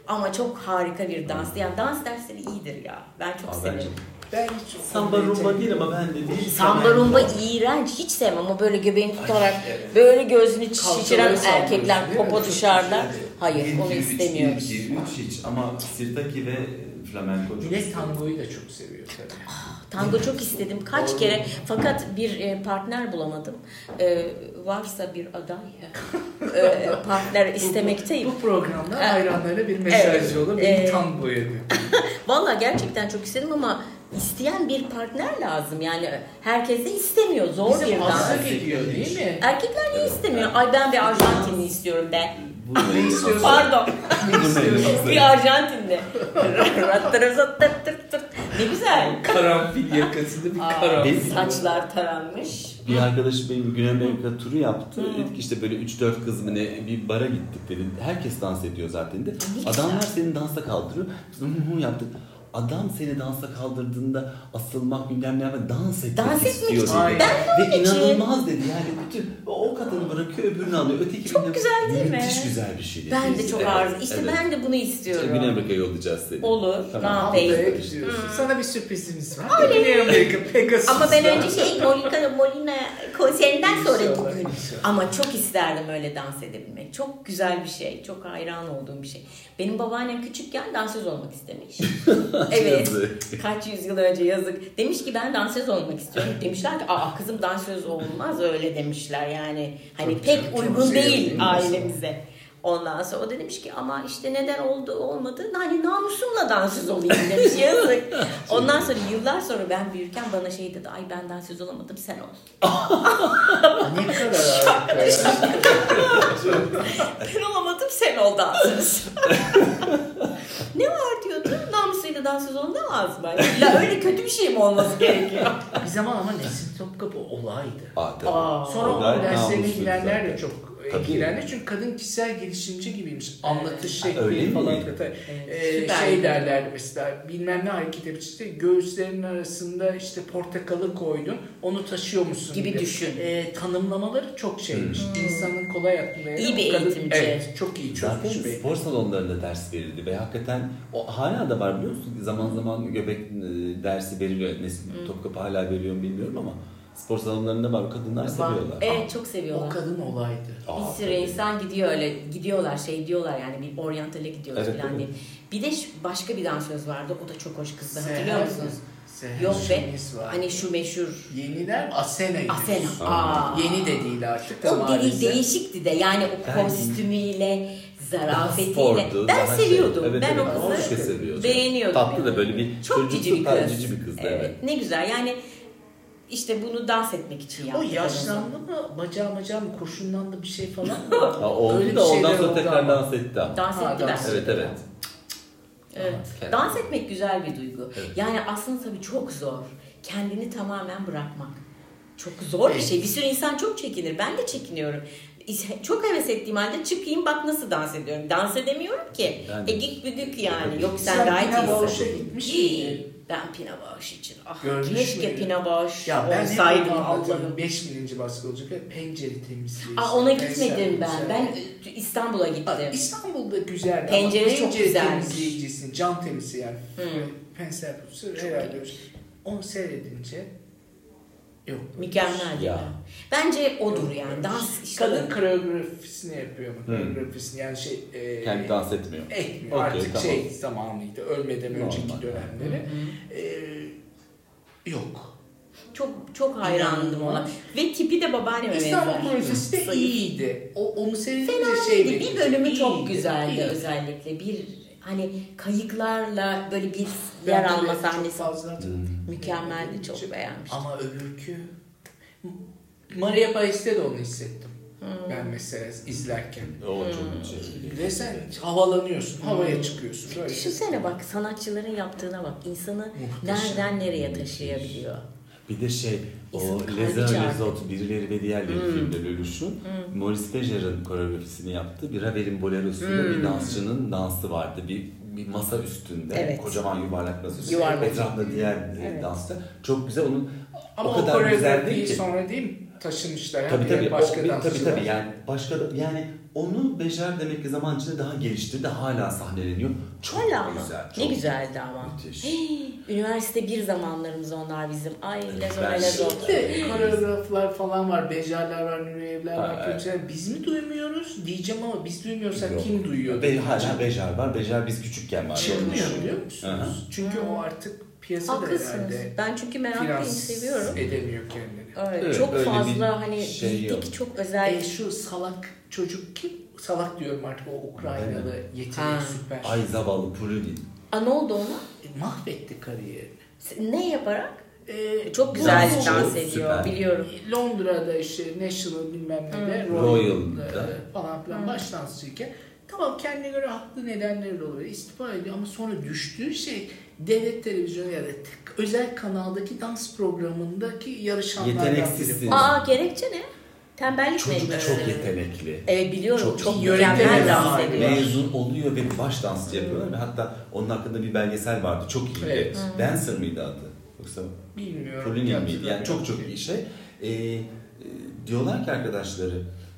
Ama çok harika bir dans. Yani dans dersleri iyidir ya. Ben çok severim. Ben hiç Samba rumba değil ama ben de değil. Samba rumba iğrenç. Hiç sevmem ama böyle göbeğini tutarak böyle gözünü şişiren erkekler popo dışarıda. Hayır, onu istemiyoruz. 1, 2, 3 hiç ama sirtaki ve flamenco çok Millet tangoyu da çok seviyor tabii. Tango çok istedim kaç kere fakat bir partner bulamadım. Varsa bir aday partner istemekteyim. Bu programda hayranlara bir mesaj olur. Beni tangoya diyor. Valla gerçekten çok istedim ama isteyen bir partner lazım. Yani herkes de istemiyor. Zor bir dans. Bizim gidiyor değil mi? Erkekler niye istemiyor? Ay ben bir Arjantinli istiyorum be. Ne istiyorsun? Pardon. Bir Arjantinli. Ne güzel. Karanfil yakasında bir karanfil. Saçlar taranmış. Bir arkadaşım benim Güney Amerika turu yaptı. Dedik işte böyle 3-4 kız mı ne bir bara gittik dedi. Herkes dans ediyor zaten de. Adamlar seni dansa kaldırıyor. Biz yaptık. Adam seni dansa kaldırdığında asılmak bilmem ne yapmak dans etmek istiyor dedi. Ve inanılmaz dedi. Yani bütün o kadını bırakıyor öbürünü alıyor. Öteki çok güzel değil mi? Müthiş güzel bir şey. Ben de çok arzu. İşte ben de bunu istiyorum. Güney Amerika'ya yollayacağız seni. Olur. Tamam. Sana bir sürprizimiz var. Güney Amerika Pegasus. Ama ben önce Molina konserinden sonra gideyim. Ama çok isterdim öyle dans edebilmek. Çok güzel bir şey. Çok hayran olduğum bir şey. Benim babaannem küçükken dansöz olmak istemiş. Evet. Kaç yüzyıl önce yazık. Demiş ki ben dansöz olmak istiyorum. Demişler ki kızım dansöz olmaz öyle demişler yani. Hani çok, pek çok, uygun çok değil ailemize. Ondan sonra o da demiş ki ama işte neden olmadı hani namusumla dansöz olayım demiş yazık. Ondan sonra yıllar sonra ben büyürken bana şey dedi ay ben dansöz olamadım sen ol. Ne kadar harika ya. Ben olamadım sen ol dansöz. Ne var diyordu namusuyla dansöz olmaz mı? Ya öyle kötü bir şey mi olması gerekiyor? Bir zaman ama Nesin Topkapı olaydı. Sonra o derslerine girenler de çok etkilendi. Çünkü kadın kişisel gelişimci gibiymiş. Anlatış şekli falan. Şey derlerdi mesela bilmem ne hareket yapıcısı göğüslerinin arasında işte portakalı koydun onu taşıyor musun gibi düşün. Tanımlamaları çok şeymiş. İnsanın kolay aklına İyi bir eğitimci. Evet çok iyi. Çok zaten spor salonlarında ders verildi ve hakikaten o hala da var biliyor musun? Zaman zaman göbek dersi veriliyor. Topkapı hala veriyor mu bilmiyorum ama spor salonlarında var. O kadınlar seviyorlar. Evet çok seviyorlar. O kadın olaydı. Bir sürü insan gidiyor öyle. Gidiyorlar şey diyorlar yani bir oryantale gidiyoruz evet, falan diye. Bir de başka bir dansöz vardı. O da çok hoş kızdı. Hatırlıyor musunuz? Yok be. Hani şu meşhur. Yeniler Asena'ydı. Asena. Yeni de değil artık. O değişikti de. Yani o kostümüyle, zarafetiyle. Ben seviyordum. Evet, ben o kızı beğeniyordum. Tatlı da böyle bir çok cici bir kızdı. Evet. Ne güzel yani. İşte bunu dans etmek için yaptım. O yaşlandı mı? Bacağı mı? Kurşunlandı bir şey falan mı? Oldu da ondan sonra tekrar dans etti ama. Dans etti ben. Evet. Evet. Dans etmek güzel bir duygu. Evet. Yani aslında tabii çok zor. Kendini tamamen bırakmak. Çok zor bir şey. Bir sürü insan çok çekinir. Ben de çekiniyorum. Çok heves ettiğim halde çıkayım bak nasıl dans ediyorum. Dans edemiyorum ki. Egik büdük yani. Yok sen gayet iyisin. Sen Pina Bausch'a gitmiş miydin? Ben Pina Bausch için. Keşke Pina Bausch olsaydım Allah'ım. 5000. baskı olacak. Pencere temizliği. Ona gitmedim ben. Ben İstanbul'a gittim. İstanbul'da güzel. Pencere çok güzel. Temizleyicisin. Cam temizleyen. Pensel profesör herhalde. Onu seyredince yok. Mükemmel ya. Bence odur yani. Dans işte. Kadın koreografisini yapıyor mu? Koreografisini yani kendi dans etmiyor. Etmiyor. Okay, artık tamam. Zamanıydı. Ölmeden önceki dönemleri. Yok. Çok hayrandım ona. Ve tipi de babaanneme benzer. İstanbul Projesi de iyiydi. Onu seyredince bir bölümü çok güzeldi özellikle. Bir hani kayıklarla böyle bir yer alma sahnesi. Mükemmeldi. Çok beğenmiştim. Ama öbürkü Maria Pais'te de onu hissettim. Ben mesela izlerken. O çok güzel. Ve sen havalanıyorsun, havaya çıkıyorsun. Böyle düşünsene bak sanatçıların yaptığına bak. İnsanı nereden nereye taşıyabiliyor. Bir de o Les Uns Les Autres, Birileri ve Diğerleri filmde Lölüş'ün Maurice Béjar'ın koreografisini yaptı. Bir Ravel'in bolerosunda bir dansçının dansı vardı. Bir masa üstünde, kocaman yuvarlak masa üstünde. Etrafında diğer dansçı. Çok güzel onun ama o kadar güzeldi ki. sonra değil mi? taşımışlar. Tabii Başka dansçılar. tabii yani başka yani onu becer demek ki zaman içinde daha geliştirdi, hala sahneleniyor. Çok Hala güzel. ama. Ne güzeldi ama. Müthiş. Üniversite bir zamanlarımız onlar bizim. Ay lezo Ben lezo. Şimdi koreograflar falan var, becerler var, Nuriyevler var, Evet. Kötüler. Biz mi duymuyoruz diyeceğim ama biz duymuyorsak Yok. kim duyuyor? Hala Becer var. Becer biz küçükken var. Çıkmıyor biliyor musunuz? Aha. Çünkü o artık piyasada Haklısınız. herhalde Ben çünkü meraklıyım, finans seviyorum. edemiyor kendini. Evet, Evet, çok öyle fazla bir hani şey bildik, yok. çok özel. Şu salak çocuk kim? Salak diyorum artık, o Ukraynalı yetenek Ha. süper. Ay zavallı Purulin. Ne oldu ona? Mahvetti kariyerini. Ne yaparak? Çok Çok güzel Dans dans ediyor, ediyor, süper. biliyorum. Londra'da işte National bilmem ne de Royal'da. falan filan baş dansçıyken tamam, kendine göre haklı nedenleri oluyor. İstifa ediyor ama sonra düştüğü şey devlet televizyonu ya da özel kanaldaki dans programındaki yarışanlardan Yeteneksizsin. Gerekçe ne? Tembellik mi? Çocuk çok yetenekli. Evet biliyorum. Çok yönetmen mükemmel dans var. ediyor. Mezun oluyor ve baş dansçı yapıyorlar ve hatta onun hakkında bir belgesel vardı. Çok iyiydi. Evet. Dancer mıydı adı? Yoksa Bilmiyorum. Purulin miydi? Yani çok iyi şey. Diyorlar ki arkadaşları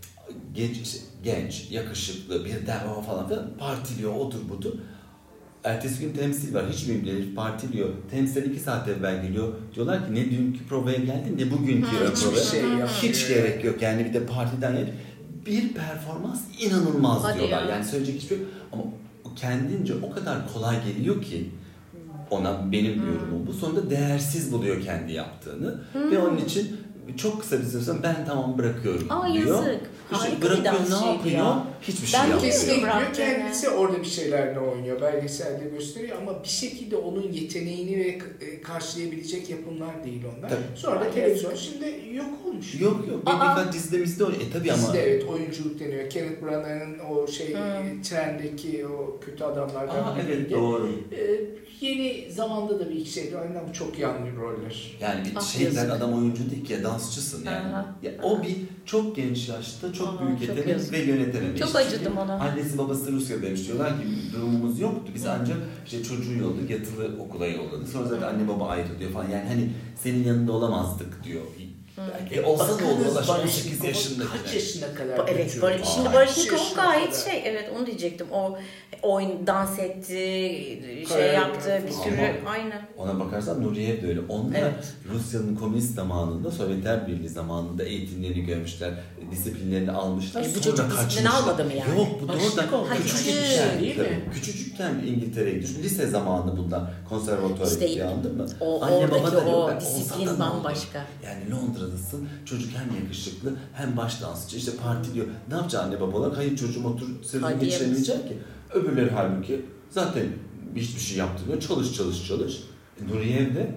genç, yakışıklı, bir deva falan filan partiliyor, odur budur. Ertesi gün temsil var. Hiç bilmiyorum. Partiliyor. Temsil 2 saat evvel geliyor. Diyorlar ki ne dünkü provaya geldin ne bugünkü provaya. şey yapmıyor. Hiç gerek yok. Yani bir de partiden gelip bir performans inanılmaz Hadi diyorlar. ya. Yani söyleyecek hiçbir şey yok. Ama kendince o kadar kolay geliyor ki ona, benim yorumum bu. Sonunda değersiz buluyor kendi yaptığını. Ve onun için çok kısa bir süre sonra ben tamam bırakıyorum diyor. Yazık. İşte Harika bir bırakıyor, dansçıydı ne yapıyor? ya. Hiçbir şey Ben yapmıyor. Kesinlikle bıraktığını. kendisi orada bir şeylerle oynuyor. Belgeselde gösteriyor ama bir şekilde onun yeteneğini ve karşılayabilecek yapımlar değil onlar. Tabii. Sonra da televizyon şimdi yok olmuş. Yok. Birkaç dizide mizde oynuyor. Tabii ama. Dizide evet oyunculuk deniyor. Kenneth Branagh'ın o trendeki o kötü adamlardan Evet doğru. Yeni zamanda da bir iki şeydi. Aynen bu çok yanlı roller. Yani bir yazık. adam oyuncu değil ki ya, dansçısın yani. Aha. Ya, o bir çok genç yaşta çok büyük çok yetenek yazık. ve yönetememiş. Çok acıdım ona. Annesi babası Rusya demiş, diyorlar ki durumumuz yoktu. Biz ancak işte çocuğu yolladık, yatılı okula yolladık. Sonra zaten anne baba ayrılıyor falan. Yani hani senin yanında olamazdık diyor. Olsa da olur. 18 yaşında. Kaç yaşına kadar? Evet, götürüyor? şimdi Kaç Barış Nikol yaşına gayet kadar? evet onu diyecektim. O oyun dans etti, Koreografi yaptı bir sürü Ama- aynen. Ona bakarsan Nuriyev de öyle. Onlar Evet. Rusya'nın komünist zamanında, Sovyetler Birliği zamanında eğitimlerini görmüşler, disiplinlerini almışlar. Bu Sonra çocuk disiplin kaçmışlar. almadı mı yani? Yok, bu Başlık doğrudan oldu. küçücükken, Değil mi? küçücükken İngiltere'ye gidiyor. Lise zamanı bundan konservatuara İşte gidiyor, anladın mı? Oradaki da yok. o Ben disiplin olsa da ne olur? bambaşka. Yani Londra'dasın, çocuk hem yakışıklı hem baş dansçı, işte partiliyor. Ne yapacak anne baba olarak? Hayır çocuğum otur sözünü Hadi geçiremeyecek ki. Öbürleri halbuki zaten hiçbir şey yaptırmıyor. Çalış. Nuriyev de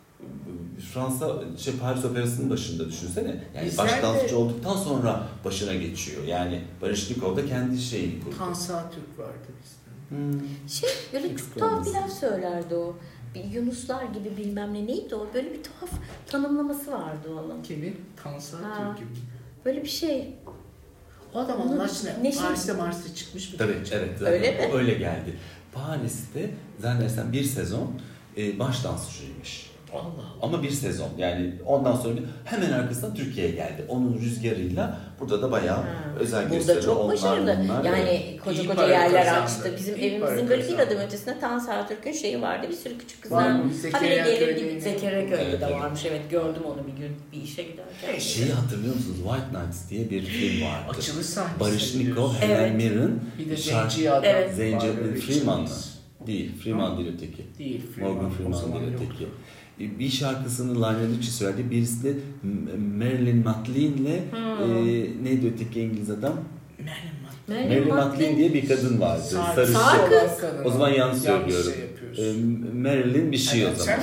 Paris Operası'nın başında düşünsene. Yani Bizler baş de- dansçı olduktan sonra başına geçiyor. Yani Barış Nikol da kendi şeyini kurdu. Tansa Türk vardı bizde. Böyle Hiç çok tuhaf olmaz. bir laf söylerdi o. Bir Yunuslar gibi bilmem ne neydi o? Böyle bir tuhaf tanımlaması vardı onun. Kimin? Tansa Ha. Türk gibi. Böyle bir şey. O adam Onun Allah aşkına ne şey- Paris'te çıkmış mı? Tabii evet. Zaten Öyle mi? o öyle geldi. Paris'te zannedersem bir sezon baş dansçıymış. Allah Allah. Ama bir sezon yani ondan sonra hemen arkasından Türkiye'ye geldi. Onun rüzgarıyla burada da bayağı özel Burada gösteri çok onlar başarılı. bunlar. Yani koca İyi koca para yerler kazandı. açtı. Bizim İyi para evimizin böyle bir kazandı. adım ötesinde Tanser Türk'ün şeyi vardı. Bir sürü küçük Var kızlar. mı? Habire Zekeriyaköy'de gelirdi. yine. Zekeriyaköy'de Evet, de evet. varmış. Evet gördüm onu bir gün bir işe giderken. Şeyi hatırlıyor musunuz? White Nights diye bir film vardı. Açılış sahnesi. Barış Nikol, biliyorsun. Helen Evet. Mirren, Bir de şarkı- Zenci adam. Evet. var, Zenci böyle Freeman mı? içimiz. Değil, Freeman değil öteki. Değil. Morgan O Freeman zaman değil yok. öteki. Bir şarkısını Lionel Richie söyledi. Birisi de Marilyn Matlin'le neydi öteki İngiliz adam? Marilyn Matlin diye bir kadın vardı. Sarışın. Sağ kız. O zaman yanlış söylüyorum. Şey yapıyorsun. Marilyn bir şey o zaman.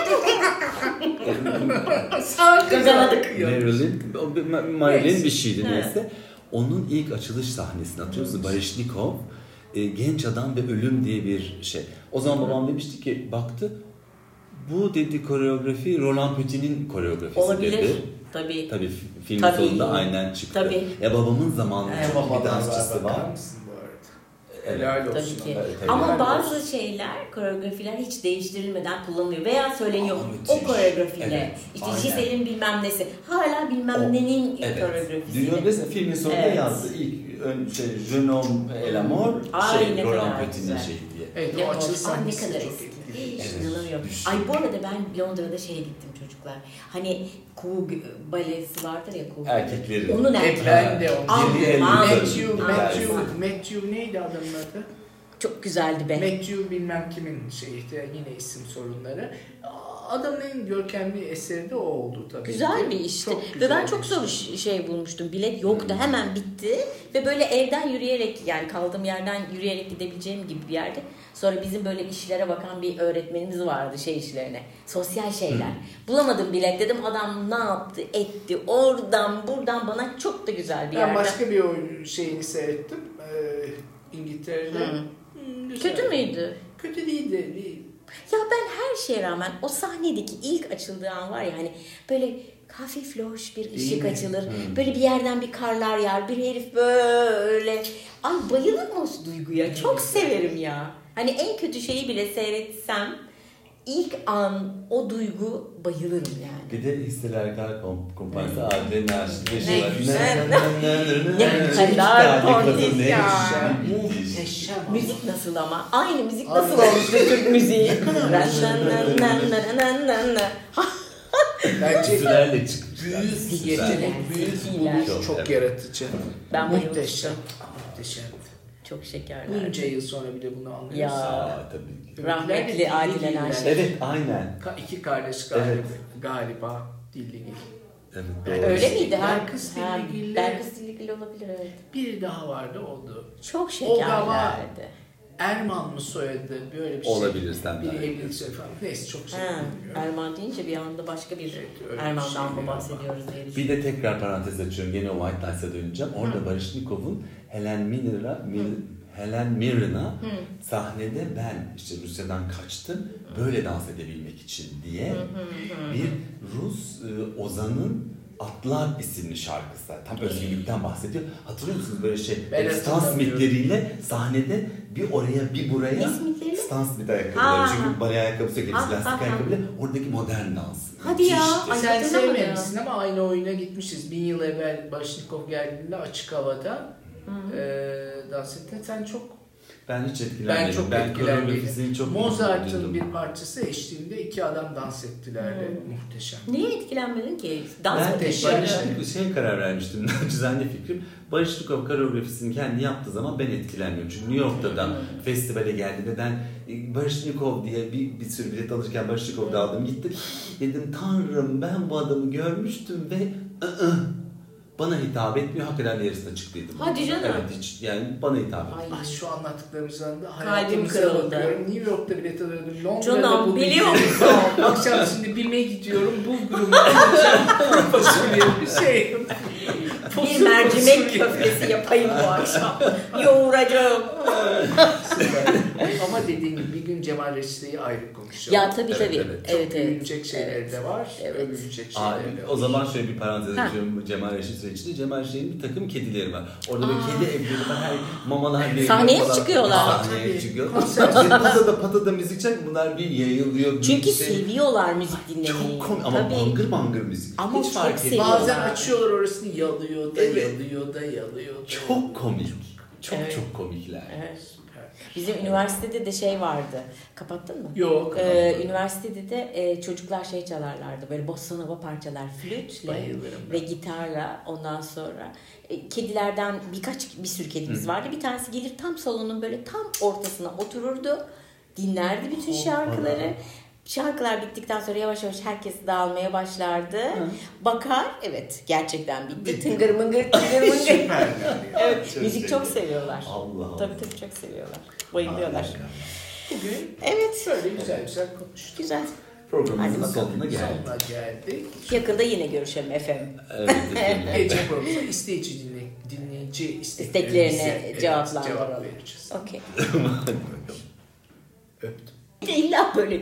Kazandık. Marilyn bir şeydi Evet. neyse. Onun ilk açılış sahnesini hatırlıyorsunuz. Barış Nikol, Genç Adam ve Ölüm diye bir şey. O zaman babam demişti ki, baktı, bu dedi koreografi Roland Petit'in koreografisi Olabilir. dedi. Tabii. Tabii filmin Tabii. sonunda aynen çıktı. Tabii. Ya babamın zamanında çok bir Babalar dansçısı bakar var. mısın bu arada? Helal olsun. Tabii ki. Evet, Ama helal bazı olsun. şeyler, koreografiler hiç değiştirilmeden kullanılıyor veya söyleniyor. Müthiş. O koreografiyle. Evet, İşte aynen. Gisel'in bilmem nesi. Hala bilmem nenin koreografisi. Dünya mesela filmin sonunda Evet. yazdı. İlk Je nomme et l'amour, Ay, ne Roland kadar Petit'in güzel. şey diye. Evet, Ne o açılış hoş. Ay, ne sahnesi kadar çok eski. etkileyici. Evet. İnanamıyorum. Düşün. Ay bu arada ben Londra'da şeye gittim çocuklar. Hani Kuğu balesi vardır ya Kuğu. Erkeklerin. Onun Ben de onu. Yeni Matthew neydi adamın adı? Çok güzeldi be. Matthew bilmem kimin şeydi, yine isim sorunları. Adamın en görkemli eseri de o oldu tabii. Güzel bir işti. Çok Ve güzel ben bir çok zor işti. şey bulmuştum. Bilet yoktu. Hemen bitti. Ve böyle evden yürüyerek, yani kaldığım yerden yürüyerek gidebileceğim gibi bir yerde. Sonra bizim böyle işlere bakan bir öğretmenimiz vardı, şey işlerine. Sosyal şeyler. Bulamadım bilet dedim. Adam ne yaptı etti. Oradan buradan bana çok da güzel bir Ben yerden. başka bir oyun şeyini seyrettim. İngiltere'de. Güzel. Kötü müydü? Kötü değildi. Değil. Ya ben her şeye rağmen o sahnedeki ilk açıldığı an var ya hani böyle hafif loş bir ışık mi? açılır. Böyle bir yerden bir karlar yağar. Bir herif böyle. Ay bayılırım o duyguya. Çok severim ya. Hani en kötü şeyi bile seyretsem ilk an o duygu bayılırım yani. Bir de hisselerkar kompansı adrenalin Ne yaşıyorlar. güzel. Ne kadar pontis ya. Muhteşem. Müzik nasıl ama? Aynı müzik nasıl olmuştu Türk müziği? Bence Sülerle çıkmışlar. büyük yetenek, büyük Zekiler. buluş, çok Evet. yaratıcı. Ben Muhteşem. bayılmıştım. Muhteşem. Çok şekerler. Bunca yıl sonra bile bunu anlıyoruz. Ya. Aa, tabii ki. Rahmetli Adile Naşit. Evet, aynen. İki kardeş galiba Dilligil. Evet, Ben doğru. Öyle miydi? Ha? Belkıs Ha, Dilligil'le- Belkıs Dilligil olabilir evet. Biri daha vardı oldu. Çok O galiba şekerlerdi. Erman mı soyadı böyle bir şey. Olabilir, sen Biri daha iyi evlilik şey falan. Neyse çok şey Ha, bilmiyorum. Erman deyince bir anda başka bir Evet, öyle bir Erman'dan şey mı galiba. bahsediyoruz diye Bir düşündüm. de tekrar parantez açıyorum. Gene o White Lies'a döneceğim. Orada Barış Nikov'un Helen Mirren'a sahnede ben işte Rusya'dan kaçtım böyle dans edebilmek için diye bir Rus ozanın Atlar isimli şarkısı. Tam özgürlükten bahsediyor. Hatırlıyor musunuz böyle şey? Ben Stans hatırlamıyorum. mitleriyle sahnede bir oraya bir buraya Ne simitleriyle? stans mit ayakkabıları. Ha. Çünkü bana ayakkabısı yok. Hepsi Ha, lastik ha, ha. ayakkabıyla. Oradaki modern dans. Hadi ya, Müthişti. ay. Sen hatırlamadım. sevmemişsin ama aynı oyuna gitmişiz. 1000 yıl evvel Başnikov geldiğinde açık havada dans ettin. Sen çok Ben hiç etkilenmedim. Ben çok koreografisini etkilendim. çok Mozart'ın duydum. bir parçası eşliğinde iki adam dans ettilerdi. Muhteşem. Niye etkilenmedin ki? Dans Ben mı de Muhteşem. şey karar vermiştim. Naçizane fikrim. Barış Nikov koreografisini kendi yaptığı zaman ben etkilenmiyorum. Çünkü New York'ta da festivale geldiğinde ben Barış Nikov diye bir sürü bilet alırken Barış Nikov'da aldım. Gittim. Dedim Tanrım ben bu adamı görmüştüm ve bana hitap etmiyor. Hakikaten yarısına çıktıydım. Hadi canım. Evet hiç yani bana hitap etmiyor. Ah, şu anlattıklarımızdan da Kalbim hayatımıza kırıldı. bakıyorum. New York'ta bilet alıyordum. Londra'da Canım bu biliyor bileti- musun? Akşam şimdi BİM'e gidiyorum. Bulgurumu alacağım. Kuru fasulye bir şey. Bir mercimek köftesi yapayım bu akşam. Yoğuracağım. Ama dediğim gibi bir gün Cemal Reşit'i ayrı konuşalım. Ya tabii Evet, tabii. evet. Evet Çok evet. övülecek şeyleri de var. Evet. Övülecek Abi, şeyleri de var. o zaman şöyle bir parantez Ha. açıyorum Cemal Reşit Reçi'de. Cemal Reşit'in bir takım kedileri var. Orada böyle kedi evleri var. Her mamalar veriyor Sahneye mi falan. çıkıyorlar? Sahneye Tabii. çıkıyor. Konser. Burada da patada müzik çek. Bunlar bir yayılıyor. Çünkü bir şey. seviyorlar müzik dinlemeyi. Çok komik ama Tabii. bangır bangır müzik. Ama Hiç çok fark etmez. seviyorlar. Bazen açıyorlar orasını yalıyor da Evet. yalıyor da yalıyor da. Çok komik. Çok Evet. çok komikler. Evet. Bizim üniversitede de şey vardı. Kapattın mı? Yok. Üniversitede de çocuklar şey çalarlardı. Böyle bossa nova parçalar. Flütle Bayılırım ben. ve gitarla. Ondan sonra kedilerden bir sürü kedimiz vardı. Bir tanesi gelir tam salonun böyle tam ortasına otururdu. Dinlerdi bütün şarkıları. Şarkılar bittikten sonra yavaş yavaş herkes dağılmaya başlardı. Bakar, evet gerçekten bitti. Tıngır mıngır, tıngır mıngır. Süper yani. Evet, Çok müzik çok seviyorlar. Allah Allah. Tabii tabii çok seviyorlar. Bayılıyorlar. Bugün Evet, böyle güzel konuştuk. güzel. Programımızın Hadi bakalım. sonuna geldik. Sonuna geldik. Yakında yine görüşelim efendim. Evet, efendim. Gece programında dinleyici İsteklerine cevaplandıralım. cevap vereceğiz. Okey. Hadi bakalım. Öptüm. İlla böyle